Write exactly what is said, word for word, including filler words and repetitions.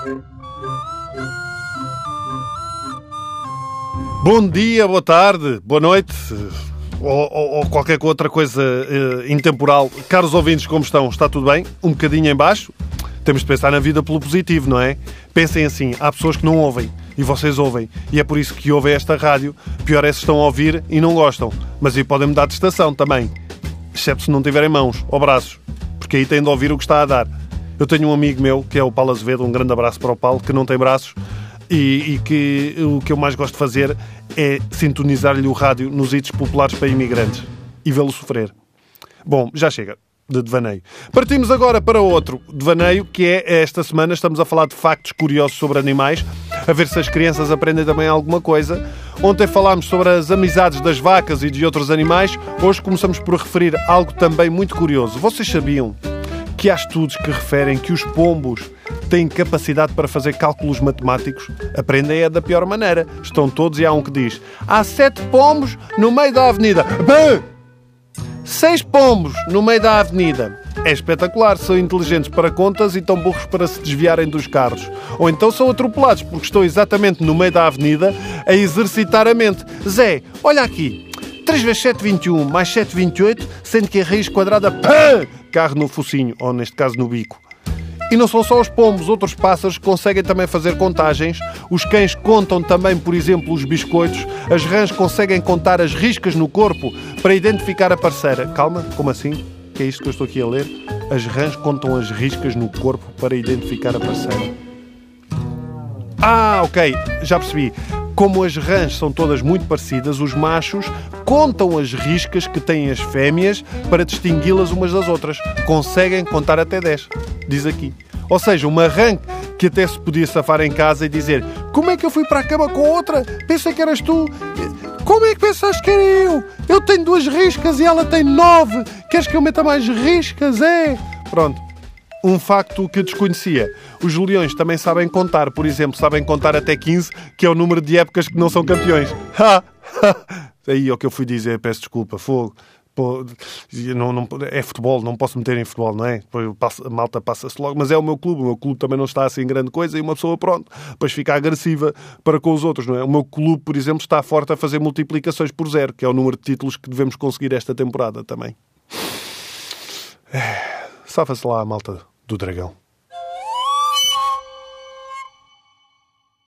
Bom dia, boa tarde, boa noite, ou, ou, ou qualquer outra coisa uh, intemporal. Caros ouvintes, como estão? Está tudo bem? Um bocadinho em baixo? Temos de pensar na vida pelo positivo, não é? Pensem assim, há pessoas que não ouvem, e vocês ouvem, e é por isso que ouvem esta rádio. Pior é se estão a ouvir e não gostam, mas aí podem mudar de estação também, exceto se não tiverem mãos ou braços, porque aí têm de ouvir o que está a dar. Eu tenho um amigo meu, que é o Paulo Azevedo, um grande abraço para o Paulo, que não tem braços, e, e que o que eu mais gosto de fazer é sintonizar-lhe o rádio nos hits populares para imigrantes e vê-lo sofrer. Bom, já chega de devaneio. Partimos agora para outro devaneio, que é, esta semana estamos a falar de factos curiosos sobre animais, a ver se as crianças aprendem também alguma coisa. Ontem falámos sobre as amizades das vacas e de outros animais. Hoje começamos por referir algo também muito curioso. Vocês sabiam que há estudos que referem que os pombos têm capacidade para fazer cálculos matemáticos? Aprendem é da pior maneira. Estão todos e há um que diz: há sete pombos no meio da avenida. Bã! Seis pombos no meio da avenida. É espetacular. São inteligentes para contas e tão burros para se desviarem dos carros. Ou então são atropelados porque estão exatamente no meio da avenida a exercitar a mente. Zé, olha aqui. três vezes sete, vinte e um, mais sete, vinte e oito, sendo que a raiz quadrada, pã! Carro no focinho, ou neste caso no bico. E não são só os pombos, outros pássaros conseguem também fazer contagens. Os cães contam também, por exemplo, os biscoitos. As rãs conseguem contar as riscas no corpo para identificar a parceira. Calma, como assim? Que é isto que eu estou aqui a ler? As rãs contam as riscas no corpo para identificar a parceira. Ah, ok, já percebi. Como as rãs são todas muito parecidas, os machos contam as riscas que têm as fêmeas para distingui-las umas das outras. Conseguem contar até dez, diz aqui. Ou seja, uma rã que até se podia safar em casa e dizer: como é que eu fui para a cama com outra? Pensei que eras tu. Como é que pensaste que era eu? Eu tenho duas riscas e ela tem nove. Queres que eu meta mais riscas? É? Pronto. Um facto que desconhecia. Os leões também sabem contar. Por exemplo, sabem contar até quinze, que é o número de épocas que não são campeões. Ha! Aí é o que eu fui dizer. Peço desculpa. Fogo. Pô, não, não, é futebol. Não posso meter em futebol, não é? A malta passa-se logo. Mas é o meu clube. O meu clube também não está assim grande coisa. E uma pessoa, pronto, depois fica agressiva para com os outros, não é? O meu clube, por exemplo, está forte a fazer multiplicações por zero, que é o número de títulos que devemos conseguir esta temporada também. Safa-se lá a malta do Dragão.